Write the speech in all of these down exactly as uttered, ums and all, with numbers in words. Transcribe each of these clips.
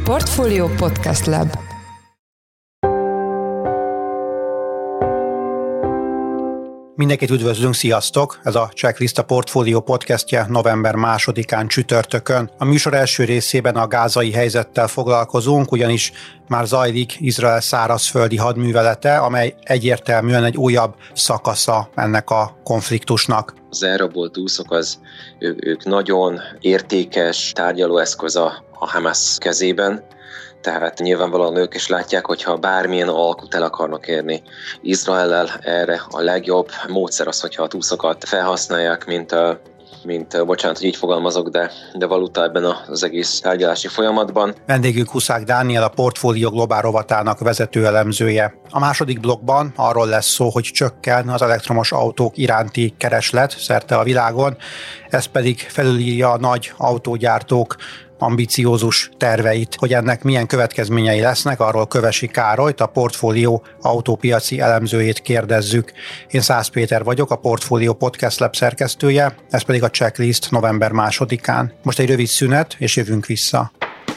Portfolio Podcast Lab. Mindenkit üdvözlünk, sziasztok! Ez a Checklist a Portfolio podcastje november másodikán csütörtökön. A műsor első részében a gázai helyzettel foglalkozunk, ugyanis már zajlik Izrael szárazföldi hadművelete, amely egyértelműen egy újabb szakasza ennek a konfliktusnak. Az elrabolt úszok, az, ő, ők nagyon értékes tárgyalóeszköz a, a Hamász kezében, tehát nyilvánvalóan ők is látják, hogyha bármilyen alkut el akarnak érni Izraellel, erre a legjobb módszer az, hogyha a túszokat felhasználják, mint, mint bocsánat, hogy így fogalmazok, de, de valuta ebben az egész tárgyalási folyamatban. Vendégünk Huszák Dániel, a Portfolio Globál rovatának vezető elemzője. A második blokkban arról lesz szó, hogy csökken az elektromos autók iránti kereslet szerte a világon, ez pedig felülírja a nagy autógyártók ambiciózus terveit. Hogy ennek milyen következményei lesznek, arról Kövesi Károlyt, a Portfolio autópiaci elemzőjét kérdezzük. Én Szász Péter vagyok, a Portfolio Podcast Lab szerkesztője, ez pedig a Checklist november másodikán. Most egy rövid szünet, és jövünk vissza.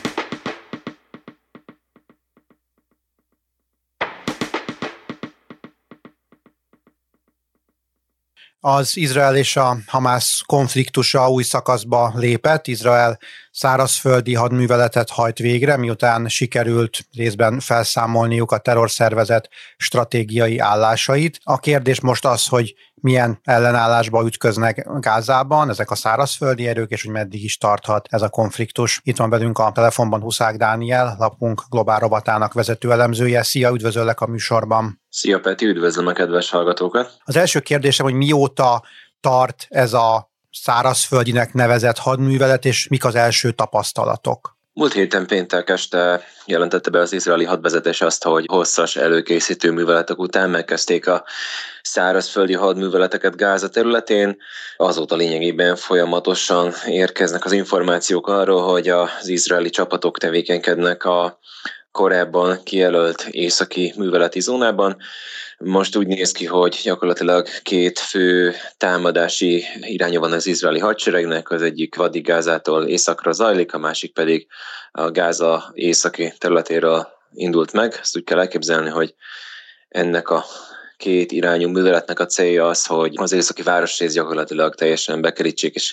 Az Izrael és a Hamász konfliktusa új szakaszba lépett. Izrael szárazföldi hadműveletet hajt végre, miután sikerült részben felszámolniuk a terrorszervezet stratégiai állásait. A kérdés most az, hogy milyen ellenállásba ütköznek Gázában ezek a szárazföldi erők, és hogy meddig is tarthat ez a konfliktus. Itt van velünk a telefonban Huszák Dániel, lapunk globál rovatának vezető elemzője. Szia, üdvözöllek a műsorban. Szia Peti, üdvözlöm a kedves hallgatókat. Az első kérdésem, hogy mióta tart ez a szárazföldinek nevezett hadművelet, és mik az első tapasztalatok? Múlt héten péntek este jelentette be az izraeli hadvezetés azt, hogy hosszas előkészítő műveletek után megkezdték a szárazföldi hadműveleteket Gáza területén. Azóta lényegében folyamatosan érkeznek az információk arról, hogy az izraeli csapatok tevékenykednek a korábban kijelölt északi műveleti zónában. Most úgy néz ki, hogy gyakorlatilag két fő támadási iránya van az izraeli hadseregnek, az egyik Vadi Gázától északra zajlik, a másik pedig a Gáza északi területéről indult meg. Ezt úgy kell elképzelni, hogy ennek a két irányú műveletnek a célja az, hogy az északi városrész gyakorlatilag teljesen bekerítsék és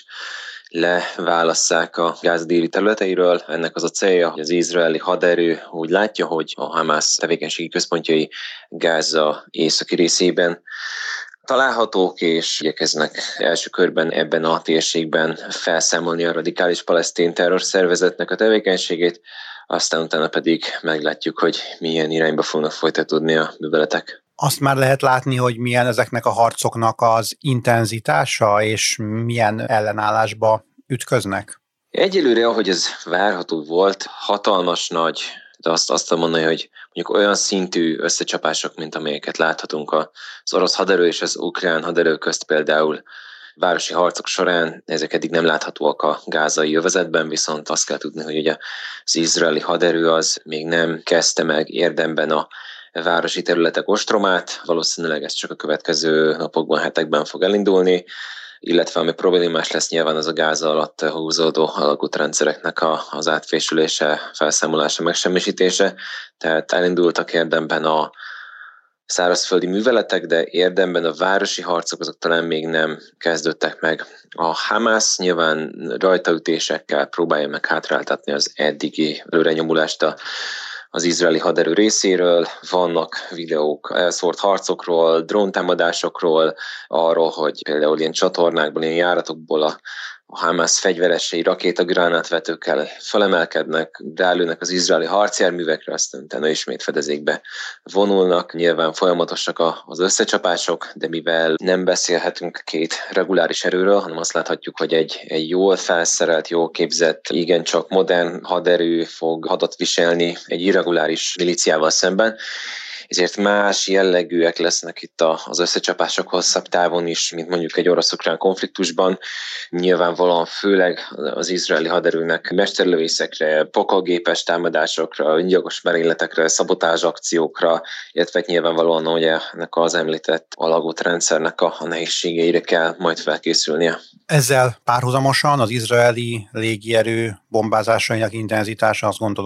leválasszák a Gáza déli területeiről. Ennek az a célja, hogy az izraeli haderő úgy látja, hogy a Hamász tevékenységi központjai Gáza északi részében találhatók, és igyekeznek első körben ebben a térségben felszámolni a radikális palesztin terrorszervezetnek a tevékenységét, aztán utána pedig meglátjuk, hogy milyen irányba fognak folytatódni a műveletek. Azt már lehet látni, hogy milyen ezeknek a harcoknak az intenzitása, és milyen ellenállásba ütköznek? Egyelőre, ahogy ez várható volt, hatalmas nagy, de azt, azt mondani, hogy mondjuk olyan szintű összecsapások, mint amelyeket láthatunk az orosz haderő és az ukrán haderő közt például városi harcok során, ezek eddig nem láthatóak a gázai övezetben, viszont azt kell tudni, hogy ugye az izraeli haderő az még nem kezdte meg érdemben a városi területek ostromát, valószínűleg ez csak a következő napokban, hetekben fog elindulni, illetve ami problémás lesz nyilván az a Gáza alatt húzódó alagútrendszereknek a, az átfésülése, felszámolása, megsemmisítése, tehát elindultak érdemben a szárazföldi műveletek, de érdemben a városi harcok azok talán még nem kezdődtek meg. A Hamász nyilván rajtaütésekkel próbálja meg hátráltatni az eddigi előrenyomulást a az izraeli haderő részéről. Vannak videók elszórt harcokról, dróntámadásokról, arról, hogy például ilyen csatornákból, ilyen járatokból a a Hamász fegyveresei rakétagránátvetőkkel felemelkednek, rálőnek az izraeli harcjárművekre, aztán utána ismét fedezékbe vonulnak. Nyilván folyamatosak az összecsapások, de mivel nem beszélhetünk két reguláris erőről, hanem azt láthatjuk, hogy egy, egy jól felszerelt, jól képzett, igencsak modern haderő fog hadat viselni egy irreguláris milíciával szemben, ezért más jellegűek lesznek itt az összecsapások hosszabb távon is, mint mondjuk egy orosz-ukrán konfliktusban. Nyilvánvalóan főleg az izraeli haderőnek mesterlövészekre, pokolgépes támadásokra, öngyilkos merényletekre, szabotázsakciókra, illetve nyilvánvalóan ugye ennek az említett alagútrendszernek a, a nehézségeire kell majd felkészülnie. Ezzel párhuzamosan az izraeli légierő bombázásainak intenzitása, azt gondolom,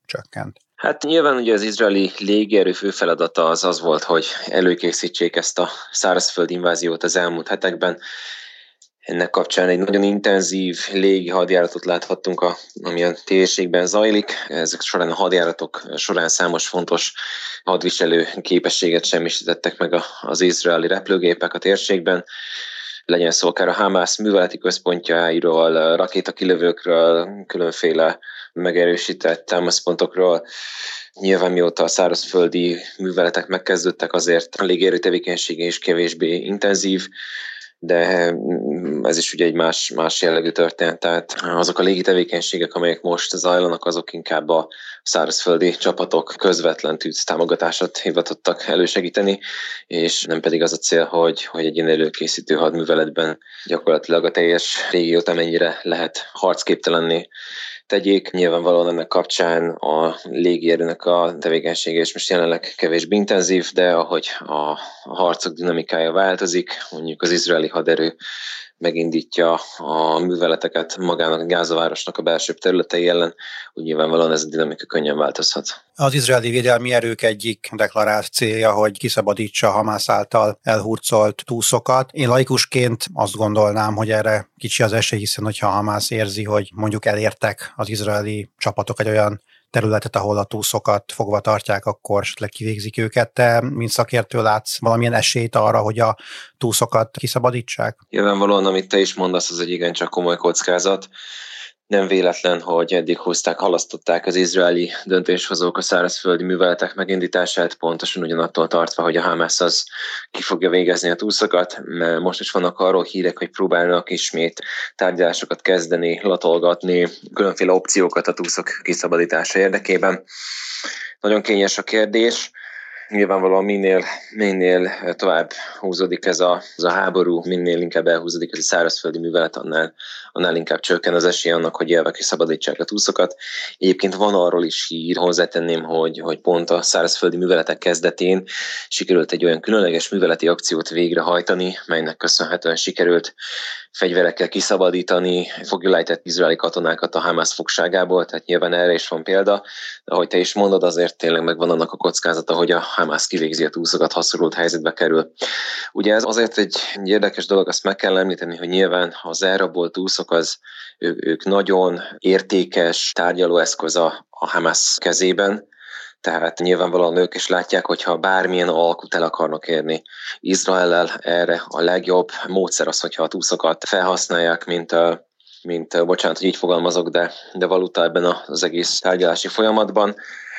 csökkent? Hát nyilván ugye az izraeli légierő fő feladata az az volt, hogy előkészítsék ezt a szárazföldi inváziót az elmúlt hetekben. Ennek kapcsán egy nagyon intenzív légi hadjáratot láthattunk, a, ami a térségben zajlik. Ezek során a hadjáratok során számos fontos hadviselő képességet semmisítettek meg az izraeli repülőgépek a térségben. Legyen szó akár a Hamász műveleti központjairól, rakétakilövőkről, különféle megerősített támaszpontokról. Nyilván mióta a szárazföldi műveletek megkezdődtek, azért a légierő tevékenysége is kevésbé intenzív, de ez is ugye egy más, más jellegű történet. Tehát azok a légi tevékenységek, amelyek most zajlanak, azok inkább a szárazföldi csapatok közvetlen tűztámogatását hivatottak elősegíteni, és nem pedig az a cél, hogy, hogy egy ilyen előkészítő hadműveletben gyakorlatilag a teljes régiót amennyire lehet harcképtelenné tegyék. Nyilvánvalóan ennek kapcsán a légierőnek a tevékenysége is most jelenleg kevésbé intenzív, de ahogy a harcok dinamikája változik, mondjuk az izraeli haderő megindítja a műveleteket magának a Gázavárosnak a belső területei ellen, úgy nyilvánvalóan ez a dinamika könnyen változhat. Az izraeli védelmi erők egyik deklarált célja, hogy kiszabadítsa a Hamász által elhurcolt túszokat. Én laikusként azt gondolnám, hogy erre kicsi az esély, hiszen hogyha a Hamász érzi, hogy mondjuk elértek az izraeli csapatok egy olyan területet, ahol a túszokat fogva tartják, akkor esetleg kivégzik őket. Te, mint szakértő, látsz valamilyen esélyt arra, hogy a túszokat kiszabadítsák? Nyilvánvalóan, amit te is mondasz, az egy igencsak komoly kockázat. Nem véletlen, hogy eddig hozták, halasztották az izraeli döntéshozók a szárazföldi műveletek megindítását, pontosan ugyanattól tartva, hogy a Hamász az ki fogja végezni a túszokat, mert most is vannak arról hírek, hogy próbálnak ismét tárgyalásokat kezdeni, latolgatni, különféle opciókat a túszok kiszabadítása érdekében. Nagyon kényes a kérdés. Nyilvánvalóan minél, minél tovább húzódik ez a, ez a háború, minél inkább elhúzódik ez a szárazföldi művelet, annál, annál inkább csökken az esély annak, hogy élve kiszabadítsák a túszokat. Egyébként van arról is hír, hozzátenném, hogy, hogy pont a szárazföldi műveletek kezdetén sikerült egy olyan különleges műveleti akciót végrehajtani, melynek köszönhetően sikerült fegyverekkel kiszabadítani foglyulejtett izraeli katonákat a Hamász fogságából, tehát nyilván erre is van példa, de ahogy te is mondod, azért tényleg megvan annak a kockázata, hogy a Hamász kivégzi a túszokat, ha szorult helyzetbe kerül. Ugye ez azért egy, egy érdekes dolog, azt meg kell említeni, hogy nyilván az elrabolt túszok, az ő, ők nagyon értékes tárgyalóeszköz a, a Hamász kezében, tehát nyilvánvalóan ők is látják, hogyha bármilyen alkut el akarnak érni Izraellel, erre a legjobb módszer az, hogyha a túszokat felhasználják, mint, mint bocsánat, hogy így fogalmazok, de, de valuta ebben az egész tárgyalási folyamatban.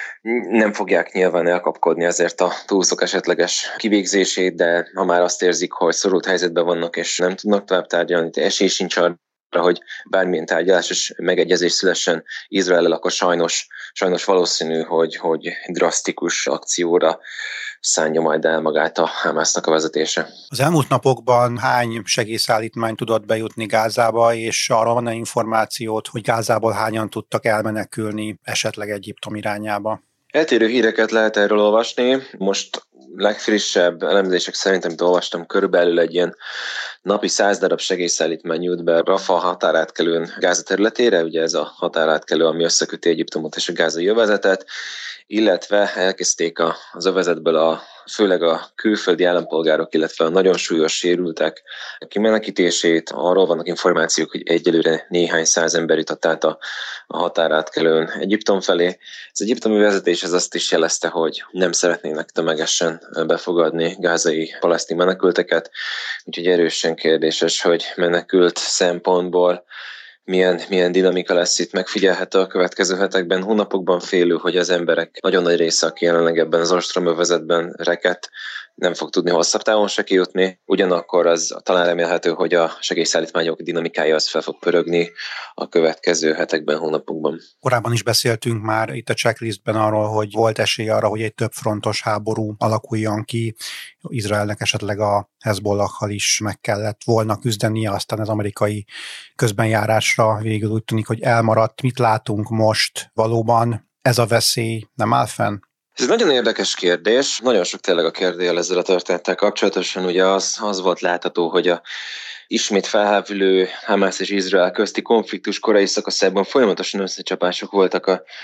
Nem fogják nyilván elkapkodni ezért a túszok esetleges kivégzését, de ha már azt érzik, hogy szorult helyzetben vannak és nem tudnak tovább tárgyalni, esély sincs arra, hogy bármilyen tárgyalásos megegyezés szülessen Izraellel, akkor sajnos, sajnos valószínű, hogy, hogy drasztikus akcióra szánja majd el magát a Hamásznak a vezetése. Az elmúlt napokban hány segélyszállítmány tudott bejutni Gázába, és arra van-e információt, hogy Gázából hányan tudtak elmenekülni esetleg Egyiptom irányába? Eltérő híreket lehet erről olvasni. Most legfrissebb elemzések szerint, amit olvastam, körülbelül egy ilyen napi száz darab segélyszállítmány jut be Rafa határátkelőn Gáza területére, ugye ez a határátkelő, ami összeköti Egyiptomot és a gázai övezetet, illetve elkezdték az övezetből a, főleg a külföldi állampolgárok, illetve a nagyon súlyos sérültek kimenekítését. Arról vannak információk, hogy egyelőre néhány száz ember jutott át a, a határátkelőn Egyiptom felé. Az egyiptomi vezetés az azt is jelezte, hogy nem szeretnének tömegesen befogadni gázai palesztin menekülteket, úgyhogy erősen kérdéses, hogy menekült szempontból milyen, milyen dinamika lesz itt megfigyelhető a következő hetekben, hónapokban. Félő, hogy az emberek nagyon nagy része, aki jelenleg ebben az ostromövezetben rekedt, nem fog tudni hosszabb távon se kijutni. Ugyanakkor az talán remélhető, hogy a segélyszállítmányok dinamikája az fel fog pörögni a következő hetekben, hónapokban. Korábban is beszéltünk már itt a checklistben arról, hogy volt esély arra, hogy egy több frontos háború alakuljon ki. Izraelnek esetleg a Hezbollahhal is meg kellett volna küzdenie, aztán az amerikai közbenjárásra végül úgy tűnik, hogy elmaradt. Mit látunk most? Valóban ez a veszély nem áll fenn? Ez egy nagyon érdekes kérdés. Nagyon sok tényleg a kérdél ezzel a történettel kapcsolatosan. Ugye az, az volt látható, hogy a ismét felhábülő Hamász és Izrael közti konfliktus korai szakaszában folyamatosan összecsapások voltak a,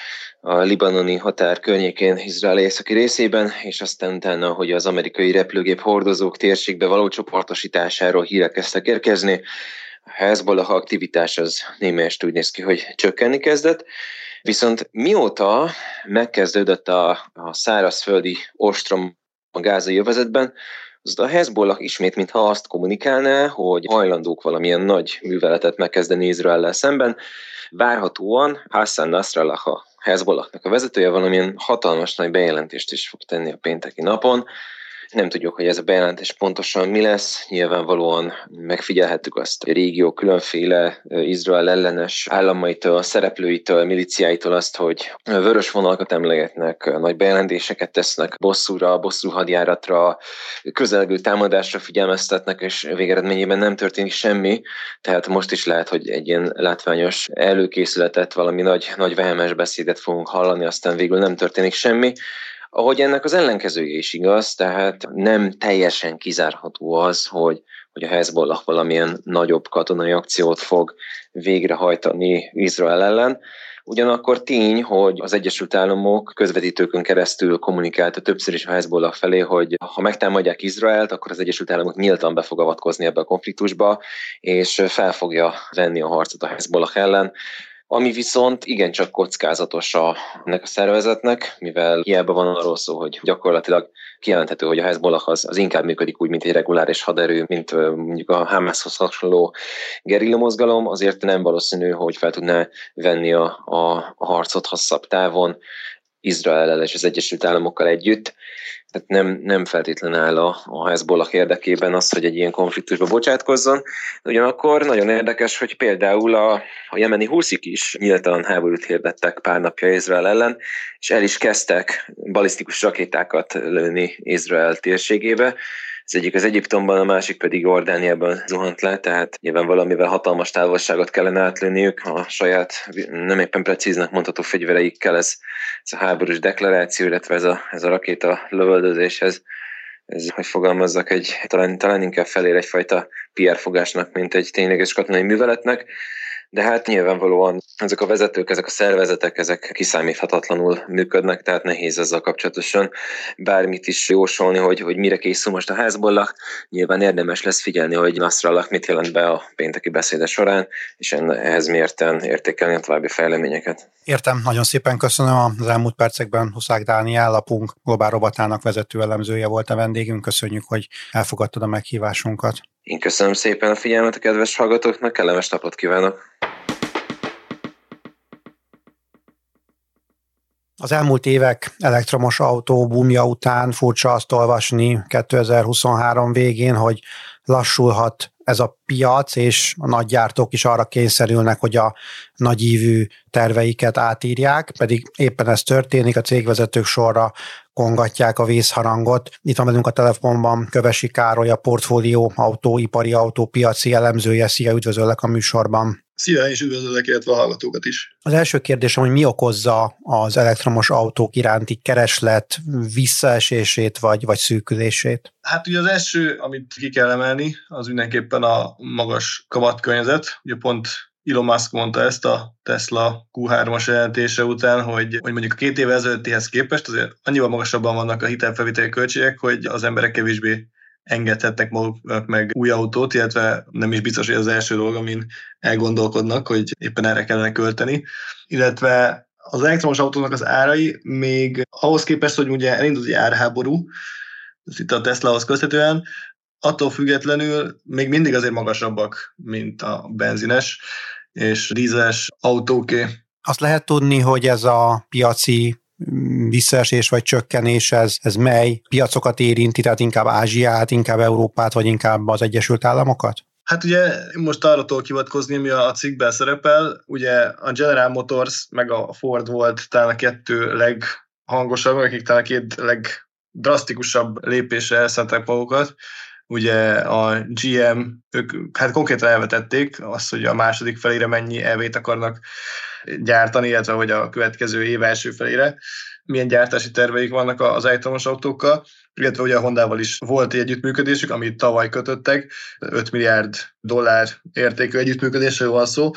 a libanoni határ környékén, Izrael északi részében, és aztán utána, hogy az amerikai repülőgép hordozók térségbe való csoportosításáról hírek kezdtek érkezni, a Hezbollah aktivitás az némelyest úgy néz ki, hogy csökkenni kezdett. Viszont mióta megkezdődött a, a szárazföldi ostrom a gázai övezetben, az a Hezbollah ismét, mintha azt kommunikálná, hogy hajlandók valamilyen nagy műveletet megkezdeni Izraellel szemben. Várhatóan Hassan Nasrallah, a Hezbollahnak a vezetője, valamilyen hatalmas nagy bejelentést is fog tenni a pénteki napon. Nem tudjuk, hogy ez a bejelentés pontosan mi lesz. Nyilvánvalóan megfigyelhettük azt a régió különféle Izrael ellenes államaitól, szereplőitől, milíciáitól azt, hogy vörös vonalakat emlegetnek, nagy bejelentéseket tesznek, bosszúra, bosszú hadjáratra, közelgő támadásra figyelmeztetnek, és végeredményében nem történik semmi. Tehát most is lehet, hogy egy ilyen látványos előkészületet, valami nagy, nagy vehemes beszédet fogunk hallani, aztán végül nem történik semmi. Ahogy ennek az ellenkezője is igaz, tehát nem teljesen kizárható az, hogy, hogy a Hezbollah valamilyen nagyobb katonai akciót fog végrehajtani Izrael ellen. Ugyanakkor tény, hogy az Egyesült Államok közvetítőkön keresztül kommunikálta többször is a Hezbollah felé, hogy ha megtámadják Izraelt, akkor az Egyesült Államok nyíltan be fog avatkozni ebbe a konfliktusba, és fel fogja venni a harcot a Hezbollah ellen. Ami viszont igencsak kockázatos a, ennek a szervezetnek, mivel hiába van arról szó, hogy gyakorlatilag kijelenthető, hogy a Hezbollah az, az inkább működik úgy, mint egy reguláris haderő, mint mondjuk a Hamashoz hasonló gerilla mozgalom, azért nem valószínű, hogy fel tudná venni a, a, a harcot hosszabb távon Izraellel és az Egyesült Államokkal együtt. Tehát nem, nem feltétlenül áll a, a Hezbollah érdekében az, hogy egy ilyen konfliktusba bocsátkozzon. Ugyanakkor nagyon érdekes, hogy például a, a jemeni huszik is nyíltan háborút hirdettek pár napja Izrael ellen, és el is kezdtek balisztikus rakétákat lőni Izrael térségébe. Az egyik az Egyiptomban, a másik pedig Jordániában zuhant le, tehát nyilván valamivel hatalmas távolságot kellene átlőniük a saját, nem éppen precíznek mondható fegyvereikkel, ez, ez a háborús deklaráció, illetve ez a, ez a rakéta lövöldözéshez, ez, hogy fogalmazzak, egy, talán, talán inkább felér egyfajta pé er fogásnak, mint egy tényleges katonai műveletnek. De hát nyilvánvalóan ezek a vezetők, ezek a szervezetek, ezek kiszámíthatatlanul működnek, tehát nehéz ezzel kapcsolatosan bármit is jósolni, hogy, hogy mire készül most a Hezbollah. Nyilván érdemes lesz figyelni, hogy Nasrallah mit jelent be a pénteki beszéde során, és ehhez mérten értékelni a további fejleményeket. Értem, nagyon szépen köszönöm. Az elmúlt percekben Huszák Dániel, lapunk globál rovatának vezető elemzője volt a vendégünk. Köszönjük, hogy elfogadtad a meghívásunkat. Én köszönöm szépen a figyelmet a kedves hallgatóknak, kellemes napot kívánok! Az elmúlt évek elektromos autó búmja után furcsa azt olvasni kétezer-huszonhárom végén, hogy lassulhat ez a piac, és a nagygyártók is arra kényszerülnek, hogy a nagyívű terveiket átírják, pedig éppen ez történik, a cégvezetők sorra kongatják a vészharangot. Itt van velünk a telefonban Kövesi Károly, a Portfólió autóipari autópiaci elemzője. Szia, üdvözöllek a műsorban! Szia, és üdvözöllek, illetve a hallgatókat is. Az első kérdésem, hogy mi okozza az elektromos autók iránti kereslet visszaesését vagy, vagy szűkülését? Hát ugye az első, amit ki kell emelni, az mindenképpen a magas kamatkörnyezet. Ugye pont Elon Musk mondta ezt a Tesla kú hármas jelentése után, hogy, hogy mondjuk a két évvel ezelőttihez képest azért annyival magasabban vannak a hitelfelviteli költségek, hogy az emberek kevésbé engedhetnek maguknak meg új autót, illetve nem is biztos, hogy az első dolog, amin elgondolkodnak, hogy éppen erre kellene költeni. Illetve az elektromos autónak az árai még ahhoz képest, hogy ugye elindult egy árháború, ez itt a Teslahoz köthetően, attól függetlenül még mindig azért magasabbak, mint a benzines és dízeles autóké. Azt lehet tudni, hogy ez a piaci visszaesés vagy csökkenés, ez, ez mely piacokat érinti, tehát inkább Ázsiát, inkább Európát, vagy inkább az Egyesült Államokat? Hát ugye most arra tudok hivatkozni, ami a cikkben szerepel, ugye a General Motors meg a Ford volt talán a kettő leghangosabb, akik talán a két legdrasztikusabb lépésre elszállták magukat. Ugye a gé em, ők hát konkrétan elvetették azt, hogy a második felére mennyi é vét akarnak gyártani, illetve hogy a következő év első felére milyen gyártási terveik vannak az elektromos autókkal, illetve ugye a Hondával is volt egy együttműködésük, amit tavaly kötöttek, öt milliárd dollár értékű együttműködésről van szó.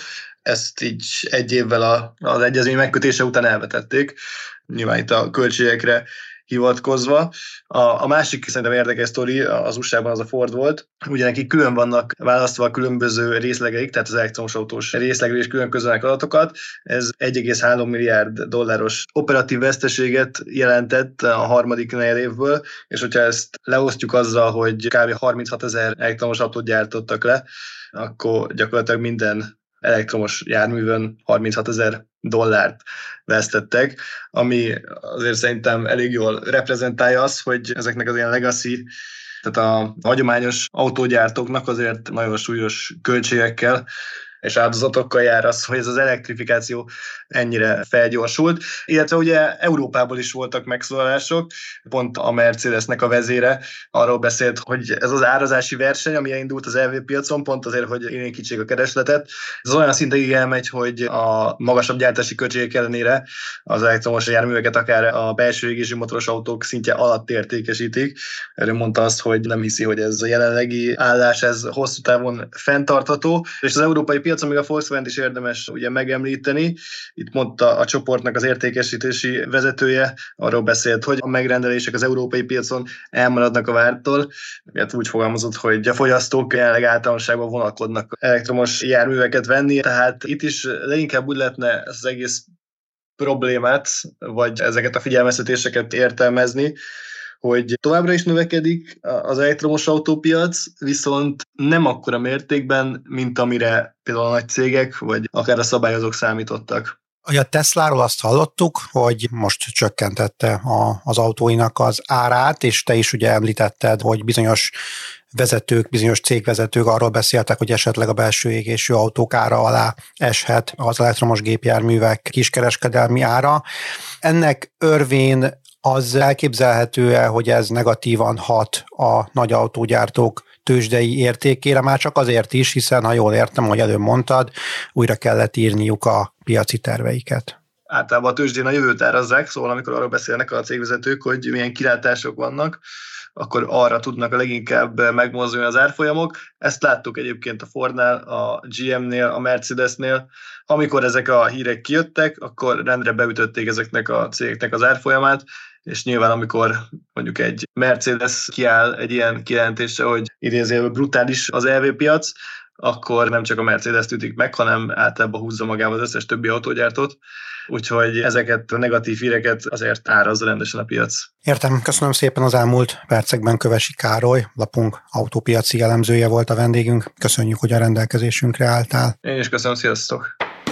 ezt így egy évvel a, az egyezmény megkötése után elvetették, nyilván itt a költségekre hivatkozva. A, a másik szerintem érdekes sztori az u es á-ban az a Ford volt, ugye nekik külön vannak választva a különböző részlegeik, tehát az elektromos autós részlegről is külön közölnek adatokat. Ez egy egész három milliárd dolláros operatív veszteséget jelentett a harmadik negyedévből, és hogyha ezt leosztjuk azzal, hogy kb. harminchat ezer elektromos autót gyártottak le, akkor gyakorlatilag minden elektromos járművön harminchat ezer dollárt vesztettek, ami azért szerintem elég jól reprezentálja azt, hogy ezeknek az ilyen legacy, tehát a hagyományos autógyártóknak azért nagyon súlyos költségekkel és áldozatokkal jár az, hogy ez az elektrifikáció ennyire felgyorsult. Illetve ugye Európából is voltak megszólalások, pont a Mercedesnek a vezére arról beszélt, hogy ez az árazási verseny, ami elindult az é vé piacon, pont azért, hogy élénkítsék a keresletet, ez olyan szintig elmegy, hogy a magasabb gyártási költségek ellenére az elektromos járműveket akár a belső égésű motoros autók szintje alatt értékesítik. Erről mondta azt, hogy nem hiszi, hogy ez a jelenlegi állás, ez hosszú távon fenntartható, és az európai piacon még a Volkswagen is érdemes ugye megemlíteni. Itt mondta a csoportnak az értékesítési vezetője, arról beszélt, hogy a megrendelések az európai piacon elmaradnak a vártól. Ilyet úgy fogalmazott, hogy a fogyasztók jelenleg általánosságban vonakodnak elektromos járműveket venni, tehát itt is leginkább úgy lehetne az egész problémát, vagy ezeket a figyelmeztetéseket értelmezni, hogy továbbra is növekedik az elektromos autópiac, viszont nem akkora mértékben, mint amire például a nagy cégek, vagy akár a szabályozók számítottak. A Tesláról azt hallottuk, hogy most csökkentette a, az autóinak az árát, és te is ugye említetted, hogy bizonyos vezetők, bizonyos cégvezetők arról beszéltek, hogy esetleg a belső égésű autók ára alá eshet az elektromos gépjárművek kiskereskedelmi ára. Ennek örvén az elképzelhető-e, hogy ez negatívan hat a nagy autógyártók tőzsdei értékére, már csak azért is, hiszen ha jól értem, hogy előbb mondtad, újra kellett írniuk a piaci terveiket. Általában a tőzsdén a jövőt árazzák, szóval amikor arról beszélnek a cégvezetők, hogy milyen kilátások vannak, akkor arra tudnak a leginkább megmozdulni az árfolyamok. Ezt láttuk egyébként a Fordnál, a gé em-nél, a Mercedesnél. Amikor ezek a hírek kijöttek, akkor rendre beütötték ezeknek a cégeknek az árfolyamát, és nyilván amikor mondjuk egy Mercedes kiáll egy ilyen kijelentése, hogy idézőjelben brutális az é vé piac, akkor nem csak a Mercedes-t ütik meg, hanem általában húzza magával az összes többi autógyártót. Úgyhogy ezeket a negatív híreket azért árazza rendesen a piac. Értem, köszönöm szépen. Az elmúlt percekben Kövesi Károly, lapunk autópiaci elemzője volt a vendégünk. Köszönjük, hogy a rendelkezésünkre álltál. Én is köszönöm, sziasztok!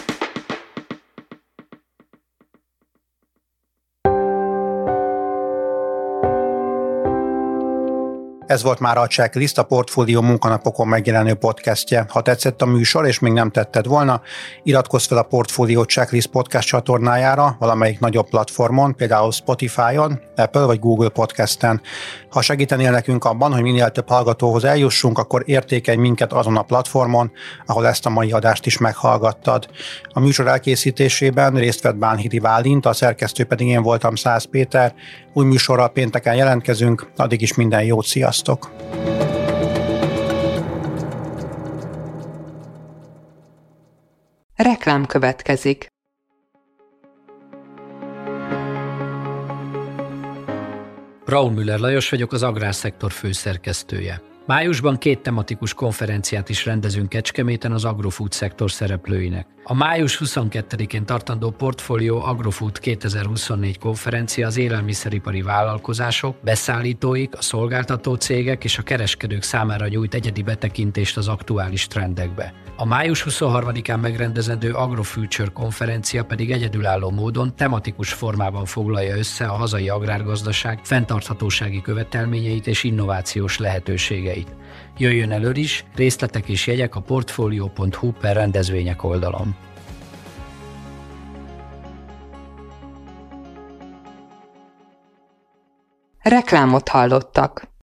Ez volt már a Checklist, a Portfólió munkanapokon megjelenő podcastje. Ha tetszett a műsor, és még nem tetted volna, iratkozz fel a Portfólió Checklist podcast csatornájára valamelyik nagyobb platformon, például Spotify-on, Apple vagy Google Podcasten. Ha segítenél nekünk abban, hogy minél több hallgatóhoz eljussunk, akkor értékelj minket azon a platformon, ahol ezt a mai adást is meghallgattad. A műsor elkészítésében részt vett Bánhidi Bálint, a szerkesztő pedig én voltam, Szász Péter. Új műsorral pénteken jelentkezünk, addig is minden jót, sziasztok! Reklám következik. Braun Müller Lajos vagyok, az Agrárszektor főszerkesztője. Májusban két tematikus konferenciát is rendezünk Kecskeméten az agrofood szektor szereplőinek. A május huszonkettedikén tartandó Portfolio Agrofood kétezer-huszonnégy konferencia az élelmiszeripari vállalkozások, beszállítóik, a szolgáltató cégek és a kereskedők számára nyújt egyedi betekintést az aktuális trendekbe. A május huszonharmadikán megrendezendő AgroFuture konferencia pedig egyedülálló módon tematikus formában foglalja össze a hazai agrárgazdaság fenntarthatósági követelményeit és innovációs lehetőségeit. Jöjjön elő is, részletek és jegyek a portfolio pont hu per rendezvények oldalon. Reklámot hallottak.